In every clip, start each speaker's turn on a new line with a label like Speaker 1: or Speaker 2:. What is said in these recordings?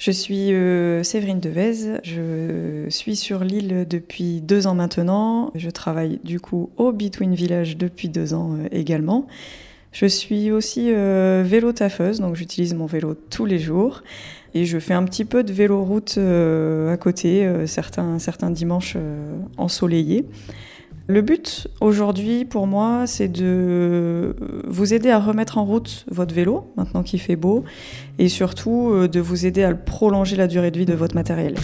Speaker 1: Je suis Séverine Devez, je suis sur l'île depuis 2 ans maintenant. Je travaille du coup au Between Village depuis 2 ans également. Je suis aussi vélo-taffeuse, donc j'utilise mon vélo tous les jours. Et je fais un petit peu de vélo-route à côté, certains dimanches ensoleillés. Le but aujourd'hui pour moi, c'est de vous aider à remettre en route votre vélo, maintenant qu'il fait beau, et surtout de vous aider à prolonger la durée de vie de votre matériel.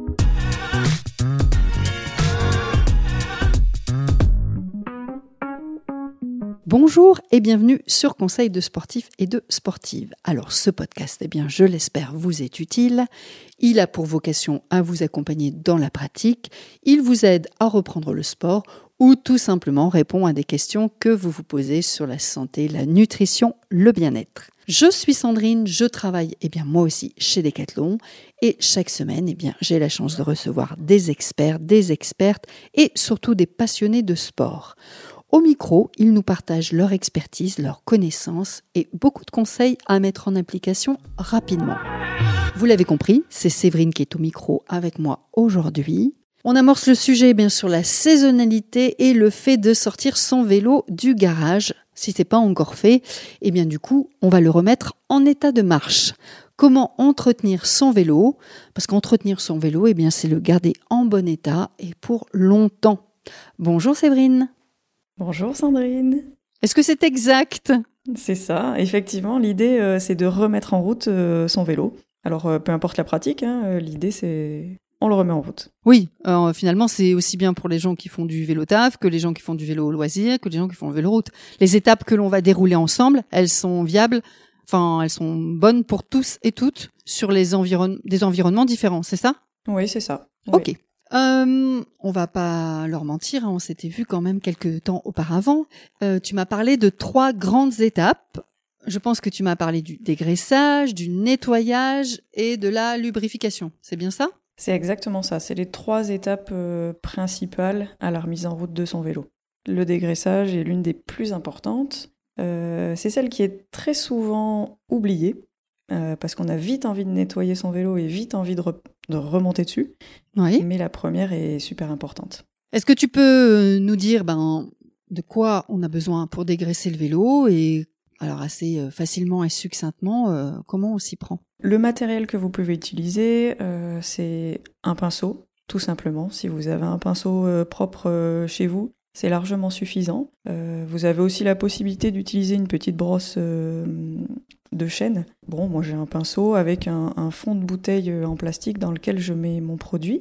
Speaker 2: Bonjour et bienvenue sur Conseils de sportifs et de sportives. Alors ce podcast, je l'espère, vous est utile. Il a pour vocation à vous accompagner dans la pratique. Il vous aide à reprendre le sport ou tout simplement répond à des questions que vous vous posez sur la santé, la nutrition, le bien-être. Je suis Sandrine, je travaille moi aussi chez Decathlon et chaque semaine j'ai la chance de recevoir des experts, des expertes et surtout des passionnés de sport. Au micro, ils nous partagent leur expertise, leurs connaissances et beaucoup de conseils à mettre en application rapidement. Vous l'avez compris, c'est Séverine qui est au micro avec moi aujourd'hui. On amorce le sujet sur la saisonnalité et le fait de sortir son vélo du garage. Si ce n'est pas encore fait, du coup, on va le remettre en état de marche. Comment entretenir son vélo ? Parce qu'entretenir son vélo, c'est le garder en bon état et pour longtemps. Bonjour Séverine.
Speaker 1: Bonjour Sandrine.
Speaker 2: Est-ce que c'est exact ?
Speaker 1: C'est ça, effectivement, l'idée c'est de remettre en route son vélo. Alors peu importe la pratique, l'idée c'est on le remet en route.
Speaker 2: Oui, finalement c'est aussi bien pour les gens qui font du vélo taf que les gens qui font du vélo loisir, que les gens qui font le vélo route. Les étapes que l'on va dérouler ensemble, elles sont viables, elles sont bonnes pour tous et toutes sur des environnements différents, c'est ça ?
Speaker 1: Oui, c'est ça.
Speaker 2: Ok.
Speaker 1: Oui.
Speaker 2: On va pas leur mentir, on s'était vu quand même quelques temps auparavant. Tu m'as parlé de 3 grandes étapes. Je pense que tu m'as parlé du dégraissage, du nettoyage et de la lubrification. C'est bien ça ?
Speaker 1: C'est exactement ça. C'est les 3 étapes principales à la remise en route de son vélo. Le dégraissage est l'une des plus importantes. C'est celle qui est très souvent oubliée parce qu'on a vite envie de nettoyer son vélo et vite envie de remonter dessus.
Speaker 2: Oui.
Speaker 1: Mais la première est super importante.
Speaker 2: Est-ce que tu peux nous dire de quoi on a besoin pour dégraisser le vélo et alors assez facilement et succinctement, comment on s'y prend ?
Speaker 1: Le matériel que vous pouvez utiliser, c'est un pinceau, tout simplement. Si vous avez un pinceau propre chez vous, c'est largement suffisant. Vous avez aussi la possibilité d'utiliser une petite brosse de chêne. Bon, moi j'ai un pinceau avec un fond de bouteille en plastique dans lequel je mets mon produit.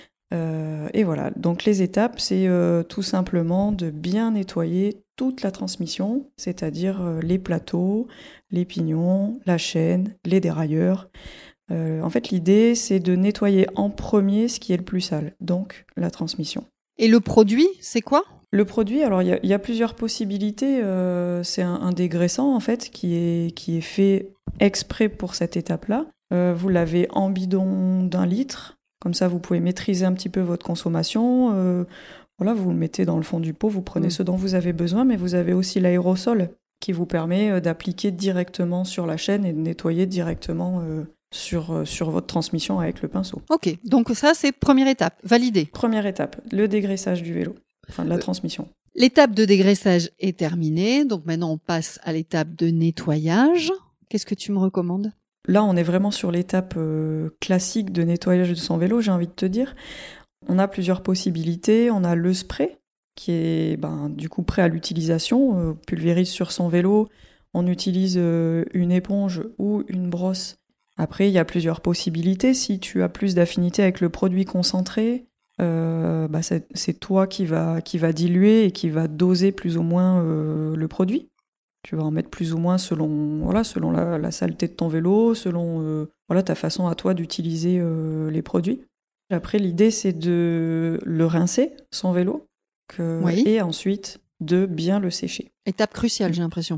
Speaker 1: Et voilà, donc les étapes, c'est tout simplement de bien nettoyer toute la transmission, c'est-à-dire les plateaux, les pignons, la chaîne, les dérailleurs. En fait, l'idée, c'est de nettoyer en premier ce qui est le plus sale, donc la transmission.
Speaker 2: Et le produit, c'est quoi ?
Speaker 1: Le produit, alors il y a plusieurs possibilités. C'est un dégraissant en fait qui est fait exprès pour cette étape-là. Vous l'avez en bidon d'1 litre. Comme ça, vous pouvez maîtriser un petit peu votre consommation. Vous le mettez dans le fond du pot, vous prenez ce dont vous avez besoin, mais vous avez aussi l'aérosol qui vous permet d'appliquer directement sur la chaîne et de nettoyer directement sur votre transmission avec le pinceau.
Speaker 2: Ok, donc ça, c'est première étape, validé.
Speaker 1: Première étape, le dégraissage du vélo, de la transmission.
Speaker 2: L'étape de dégraissage est terminée, donc maintenant on passe à l'étape de nettoyage. Qu'est-ce que tu me recommandes ?
Speaker 1: Là, on est vraiment sur l'étape classique de nettoyage de son vélo, j'ai envie de te dire. On a plusieurs possibilités. On a le spray, qui est du coup prêt à l'utilisation. On pulvérise sur son vélo. On utilise une éponge ou une brosse. Après, il y a plusieurs possibilités. Si tu as plus d'affinité avec le produit concentré, c'est toi qui va diluer et qui va doser plus ou moins le produit. Tu vas en mettre plus ou moins selon la saleté de ton vélo, selon ta façon à toi d'utiliser les produits. Après, l'idée, c'est de le rincer, son vélo, et ensuite de bien le sécher.
Speaker 2: Étape cruciale, j'ai l'impression.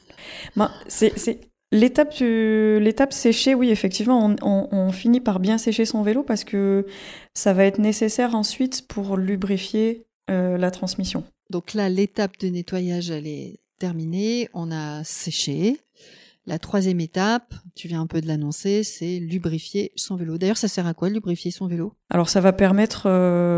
Speaker 1: C'est l'étape sécher, oui, effectivement, on finit par bien sécher son vélo parce que ça va être nécessaire ensuite pour lubrifier la transmission.
Speaker 2: Donc là, l'étape de nettoyage, elle est terminée. On a séché. La troisième étape, tu viens un peu de l'annoncer, c'est lubrifier son vélo. D'ailleurs, ça sert à quoi, lubrifier son vélo?
Speaker 1: Alors ça va permettre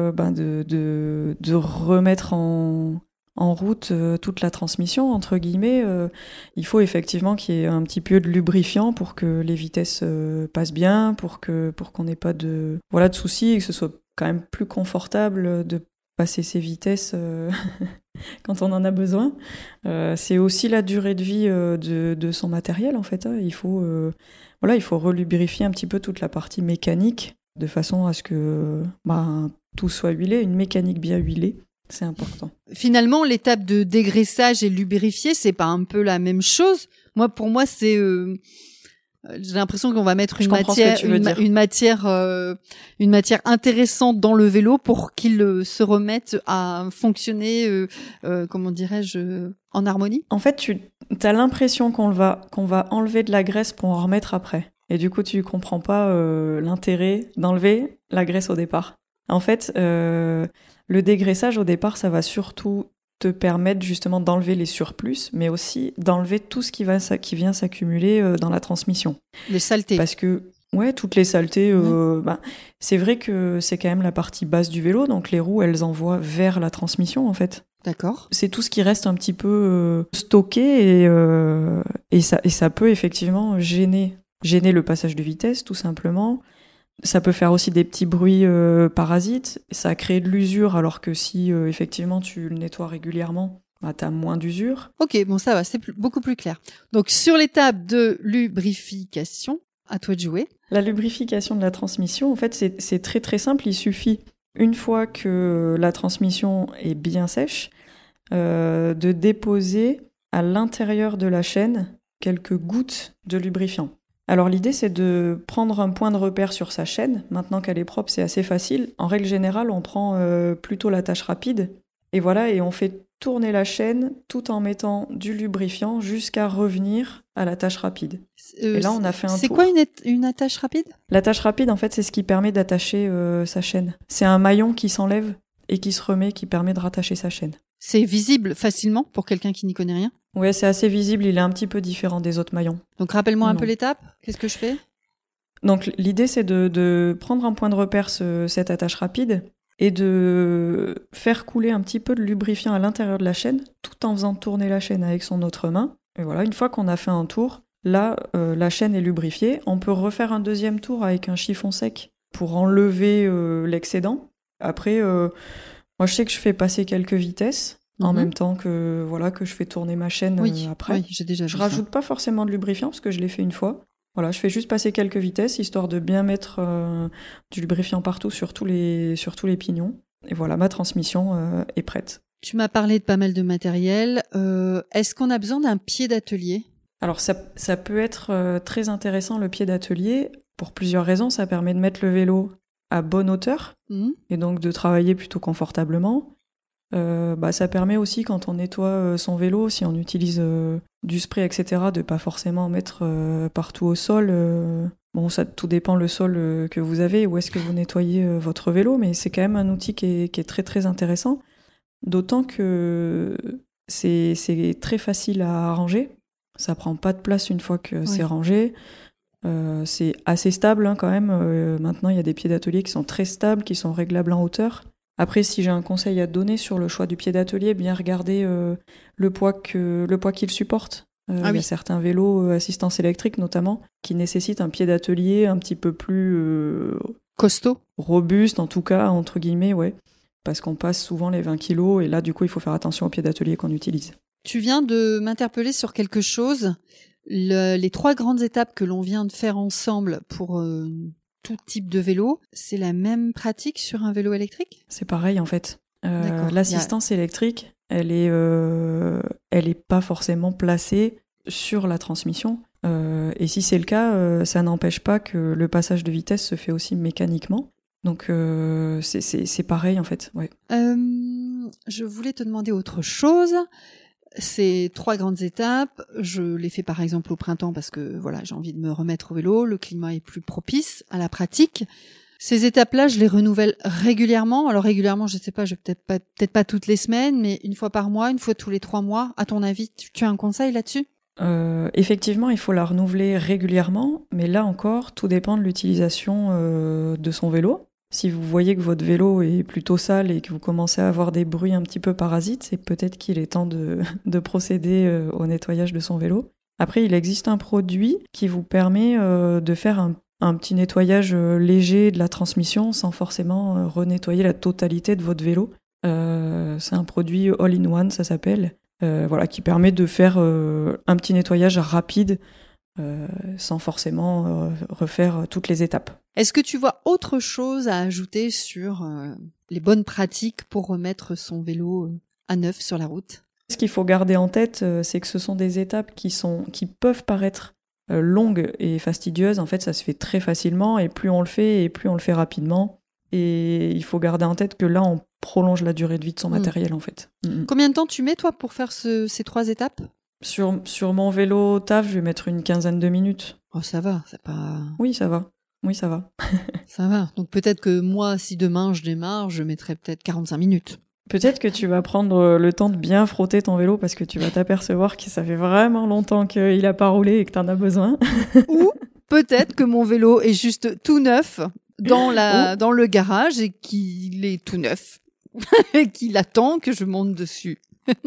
Speaker 1: de remettre en route toute la transmission, entre guillemets. Il faut effectivement qu'il y ait un petit peu de lubrifiant pour que les vitesses passent bien, pour qu'on n'ait pas de soucis et que ce soit quand même plus confortable de passer ses vitesses quand on en a besoin. C'est aussi la durée de vie de son matériel, en fait. Il faut relubrifier un petit peu toute la partie mécanique de façon à ce que tout soit huilé. Une mécanique bien huilée, c'est important.
Speaker 2: Finalement, l'étape de dégraissage et lubrifier, c'est pas un peu la même chose? Pour moi, c'est... j'ai l'impression qu'on va mettre une matière intéressante dans le vélo pour qu'il se remette à fonctionner, comment dirais-je, en harmonie.
Speaker 1: En fait, tu as l'impression qu'on va enlever de la graisse pour en remettre après. Et du coup, tu comprends pas l'intérêt d'enlever la graisse au départ. En fait, le dégraissage au départ, ça va surtout te permettre justement d'enlever les surplus, mais aussi d'enlever tout ce qui vient s'accumuler dans la transmission.
Speaker 2: Les saletés.
Speaker 1: Parce que, toutes les saletés, c'est vrai que c'est quand même la partie basse du vélo, donc les roues, elles envoient vers la transmission, en fait.
Speaker 2: D'accord.
Speaker 1: C'est tout ce qui reste un petit peu stocké et ça peut effectivement gêner le passage de vitesse, tout simplement. Ça peut faire aussi des petits bruits parasites. Ça crée de l'usure, alors que si effectivement tu le nettoies régulièrement, t'as moins d'usure.
Speaker 2: Ok, bon ça va, c'est beaucoup plus clair. Donc sur l'étape de lubrification, à toi de jouer.
Speaker 1: La lubrification de la transmission, en fait, c'est très très simple. Il suffit, une fois que la transmission est bien sèche, de déposer à l'intérieur de la chaîne quelques gouttes de lubrifiant. Alors l'idée, c'est de prendre un point de repère sur sa chaîne. Maintenant qu'elle est propre, c'est assez facile. En règle générale, on prend plutôt l'attache rapide. Et voilà, et on fait tourner la chaîne tout en mettant du lubrifiant jusqu'à revenir à l'attache rapide. Et là, on a fait un tour.
Speaker 2: C'est quoi une attache rapide ?
Speaker 1: L'attache rapide, en fait, c'est ce qui permet d'attacher sa chaîne. C'est un maillon qui s'enlève et qui se remet, qui permet de rattacher sa chaîne.
Speaker 2: C'est visible facilement pour quelqu'un qui n'y connaît rien ?
Speaker 1: Ouais, c'est assez visible, il est un petit peu différent des autres maillons.
Speaker 2: Donc rappelle-moi un peu l'étape, qu'est-ce que je fais ?
Speaker 1: Donc l'idée, c'est de prendre un point de repère, cette attache rapide, et de faire couler un petit peu de lubrifiant à l'intérieur de la chaîne, tout en faisant tourner la chaîne avec son autre main. Et voilà, une fois qu'on a fait un tour, là, la chaîne est lubrifiée. On peut refaire un deuxième tour avec un chiffon sec pour enlever l'excédent. Après, moi, je sais que je fais passer quelques vitesses en même temps que je fais tourner ma chaîne après.
Speaker 2: Oui, j'ai déjà vu ça.
Speaker 1: Je rajoute pas forcément de lubrifiant parce que je l'ai fait une fois. Voilà, je fais juste passer quelques vitesses histoire de bien mettre du lubrifiant partout sur tous les pignons. Et voilà, ma transmission est prête.
Speaker 2: Tu m'as parlé de pas mal de matériel. Est-ce qu'on a besoin d'un pied d'atelier ?
Speaker 1: Alors ça peut être très intéressant, le pied d'atelier, pour plusieurs raisons. Ça permet de mettre le vélo à bonne hauteur et donc de travailler plutôt confortablement. Ça permet aussi, quand on nettoie son vélo, si on utilise du spray, etc., de pas forcément mettre partout au sol. Bon, ça tout dépend le sol que vous avez, où est-ce que vous nettoyez votre vélo, mais c'est quand même un outil qui est très très intéressant. D'autant que c'est très facile à ranger. Ça prend pas de place une fois que c'est rangé. C'est assez stable quand même. Maintenant, il y a des pieds d'atelier qui sont très stables, qui sont réglables en hauteur. Après, si j'ai un conseil à donner sur le choix du pied d'atelier, bien regarder le poids qu'il supporte. Il y a certains vélos assistance électrique notamment qui nécessitent un pied d'atelier un petit peu plus
Speaker 2: costaud,
Speaker 1: robuste en tout cas, entre guillemets, ouais. Parce qu'on passe souvent les 20 kilos et là, du coup, il faut faire attention au pied d'atelier qu'on utilise.
Speaker 2: Tu viens de m'interpeller sur quelque chose. Les 3 grandes étapes que l'on vient de faire ensemble pour tout type de vélo, c'est la même pratique sur un vélo électrique ?
Speaker 1: C'est pareil en fait. L'assistance électrique, elle est pas forcément placée sur la transmission. Et si c'est le cas, ça n'empêche pas que le passage de vitesse se fait aussi mécaniquement. Donc c'est pareil en fait. Ouais.
Speaker 2: Je voulais te demander autre chose. Ces 3 grandes étapes, je les fais par exemple au printemps parce que voilà, j'ai envie de me remettre au vélo, le climat est plus propice à la pratique. Ces étapes-là, je les renouvelle régulièrement. Alors régulièrement, je sais pas, peut-être pas toutes les semaines, mais une fois par mois, une fois tous les 3 mois. À ton avis, tu as un conseil là-dessus ?
Speaker 1: Effectivement, il faut la renouveler régulièrement, mais là encore, tout dépend de l'utilisation de son vélo. Si vous voyez que votre vélo est plutôt sale et que vous commencez à avoir des bruits un petit peu parasites, c'est peut-être qu'il est temps de procéder au nettoyage de son vélo. Après, il existe un produit qui vous permet de faire un petit nettoyage léger de la transmission sans forcément renettoyer la totalité de votre vélo. C'est un produit all-in-one, ça s'appelle, qui permet de faire un petit nettoyage rapide sans forcément refaire toutes les étapes.
Speaker 2: Est-ce que tu vois autre chose à ajouter sur les bonnes pratiques pour remettre son vélo à neuf sur la route ?
Speaker 1: Ce qu'il faut garder en tête, c'est que ce sont des étapes qui peuvent paraître longues et fastidieuses. En fait, ça se fait très facilement et plus on le fait rapidement. Et il faut garder en tête que là, on prolonge la durée de vie de son matériel, en fait.
Speaker 2: Combien de temps tu mets, toi, pour faire ces 3 étapes ?
Speaker 1: Sur mon vélo taf, je vais mettre une 15aine de minutes.
Speaker 2: Oh, ça va, c'est pas...
Speaker 1: Oui, ça va.
Speaker 2: Ça va. Donc peut-être que moi, si demain je démarre, je mettrai peut-être 45 minutes.
Speaker 1: Peut-être que tu vas prendre le temps de bien frotter ton vélo parce que tu vas t'apercevoir que ça fait vraiment longtemps qu'il n'a pas roulé et que tu en as besoin.
Speaker 2: Ou peut-être que mon vélo est juste tout neuf dans le garage et qu'il est tout neuf et qu'il attend que je monte dessus.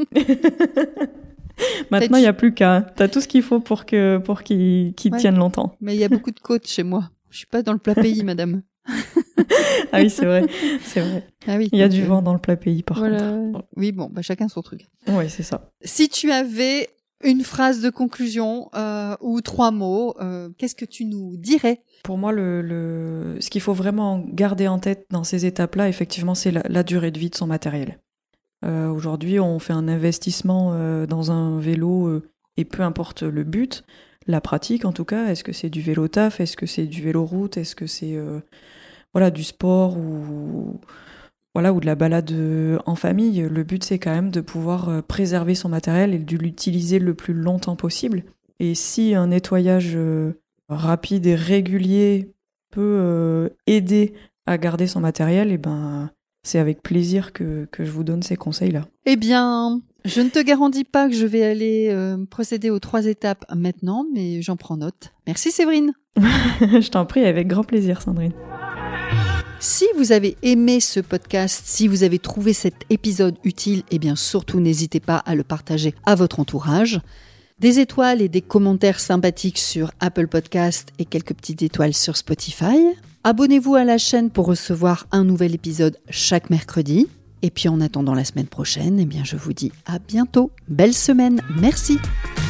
Speaker 1: Maintenant, il n'y a plus qu'à. Tu as tout ce qu'il faut pour qu'il tienne longtemps.
Speaker 2: Mais il y a beaucoup de côtes chez moi. Je suis pas dans le plat pays, madame.
Speaker 1: Ah oui, c'est vrai.
Speaker 2: Ah oui,
Speaker 1: il y a du vent dans le plat pays, par contre.
Speaker 2: Oui, bon, chacun son truc.
Speaker 1: Oui, c'est ça.
Speaker 2: Si tu avais une phrase de conclusion ou 3 mots, qu'est-ce que tu nous dirais ?
Speaker 1: Pour moi, ce qu'il faut vraiment garder en tête dans ces étapes-là, effectivement, c'est la durée de vie de son matériel. Aujourd'hui, on fait un investissement dans un vélo et peu importe le but, la pratique en tout cas, est-ce que c'est du vélo taf, est-ce que c'est du vélo route, est-ce que c'est du sport ou de la balade en famille. Le but, c'est quand même de pouvoir préserver son matériel et de l'utiliser le plus longtemps possible. Et si un nettoyage rapide et régulier peut aider à garder son matériel, c'est avec plaisir que je vous donne ces conseils-là.
Speaker 2: Eh bien, je ne te garantis pas que je vais aller procéder aux 3 étapes maintenant, mais j'en prends note. Merci Séverine.
Speaker 1: Je t'en prie, avec grand plaisir Sandrine.
Speaker 2: Si vous avez aimé ce podcast, si vous avez trouvé cet épisode utile, eh bien surtout n'hésitez pas à le partager à votre entourage. Des étoiles et des commentaires sympathiques sur Apple Podcast et quelques petites étoiles sur Spotify. Abonnez-vous à la chaîne pour recevoir un nouvel épisode chaque mercredi. Et puis en attendant la semaine prochaine, eh bien je vous dis à bientôt. Belle semaine, merci.